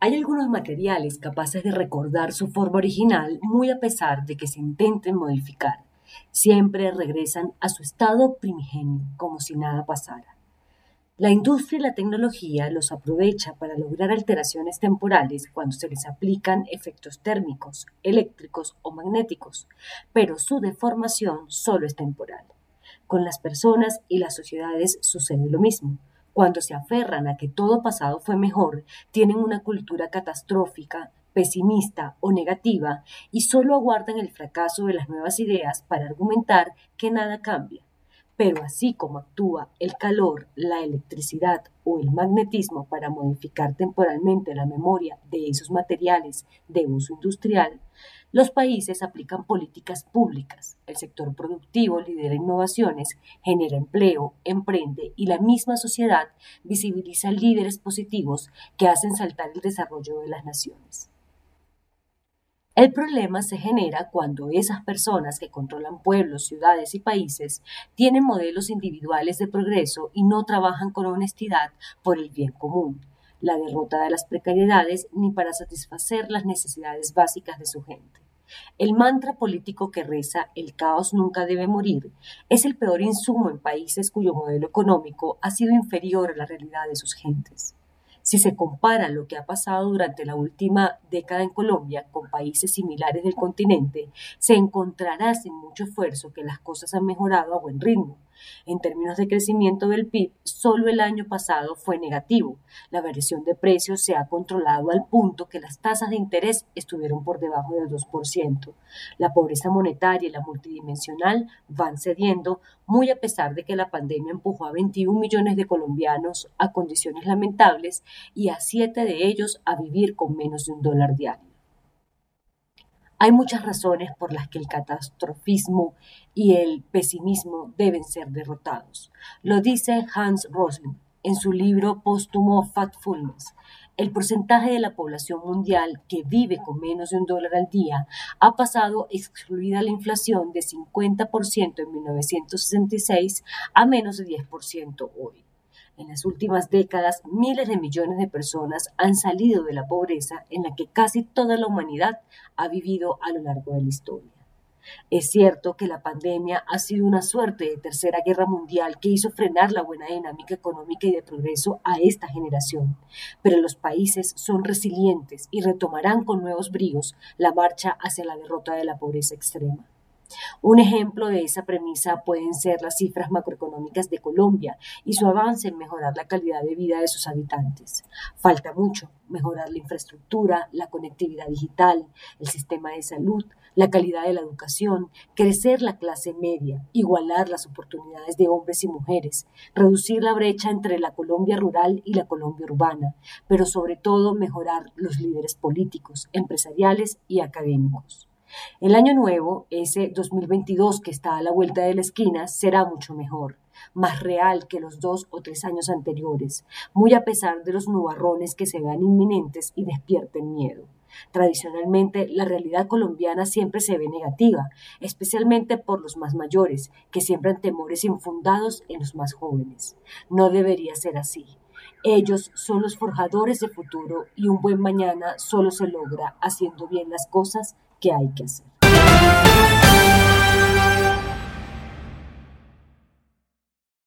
Hay algunos materiales capaces de recordar su forma original muy a pesar de que se intenten modificar. Siempre regresan a su estado primigenio, como si nada pasara. La industria y la tecnología los aprovecha para lograr alteraciones temporales cuando se les aplican efectos térmicos, eléctricos o magnéticos, pero su deformación solo es temporal. Con las personas y las sociedades sucede lo mismo. Cuando se aferran a que todo pasado fue mejor, tienen una cultura catastrófica, pesimista o negativa y solo aguardan el fracaso de las nuevas ideas para argumentar que nada cambia. Pero así como actúa el calor, la electricidad o el magnetismo para modificar temporalmente la memoria de esos materiales de uso industrial, los países aplican políticas públicas, el sector productivo lidera innovaciones, genera empleo, emprende y la misma sociedad visibiliza líderes positivos que hacen saltar el desarrollo de las naciones. El problema se genera cuando esas personas que controlan pueblos, ciudades y países tienen modelos individuales de progreso y no trabajan con honestidad por el bien común, la derrota de las precariedades ni para satisfacer las necesidades básicas de su gente. El mantra político que reza "el caos nunca debe morir" es el peor insumo en países cuyo modelo económico ha sido inferior a la realidad de sus gentes. Si se compara lo que ha pasado durante la última década en Colombia con países similares del continente, se encontrará sin mucho esfuerzo que las cosas han mejorado a buen ritmo. En términos de crecimiento del PIB, solo el año pasado fue negativo. La variación de precios se ha controlado al punto que las tasas de interés estuvieron por debajo del 2%. La pobreza monetaria y la multidimensional van cediendo, muy a pesar de que la pandemia empujó a 21 millones de colombianos a condiciones lamentables y a 7 de ellos a vivir con menos de $1 diario. Hay muchas razones por las que el catastrofismo y el pesimismo deben ser derrotados. Lo dice Hans Rosling en su libro póstumo Factfulness. El porcentaje de la población mundial que vive con menos de $1 al día ha pasado, excluida la inflación, de 50% en 1966 a menos de 10% hoy. En las últimas décadas, miles de millones de personas han salido de la pobreza en la que casi toda la humanidad ha vivido a lo largo de la historia. Es cierto que la pandemia ha sido una suerte de tercera guerra mundial que hizo frenar la buena dinámica económica y de progreso a esta generación, pero los países son resilientes y retomarán con nuevos bríos la marcha hacia la derrota de la pobreza extrema. Un ejemplo de esa premisa pueden ser las cifras macroeconómicas de Colombia y su avance en mejorar la calidad de vida de sus habitantes. Falta mucho: mejorar la infraestructura, la conectividad digital, el sistema de salud, la calidad de la educación, crecer la clase media, igualar las oportunidades de hombres y mujeres, reducir la brecha entre la Colombia rural y la Colombia urbana, pero sobre todo mejorar los líderes políticos, empresariales y académicos. El año nuevo, ese 2022 que está a la vuelta de la esquina, será mucho mejor, más real que los 2 o 3 años anteriores, muy a pesar de los nubarrones que se vean inminentes y despierten miedo. Tradicionalmente, la realidad colombiana siempre se ve negativa, especialmente por los más mayores, que siembran temores infundados en los más jóvenes. No debería ser así. Ellos son los forjadores de futuro y un buen mañana solo se logra haciendo bien las cosas que hay que hacer.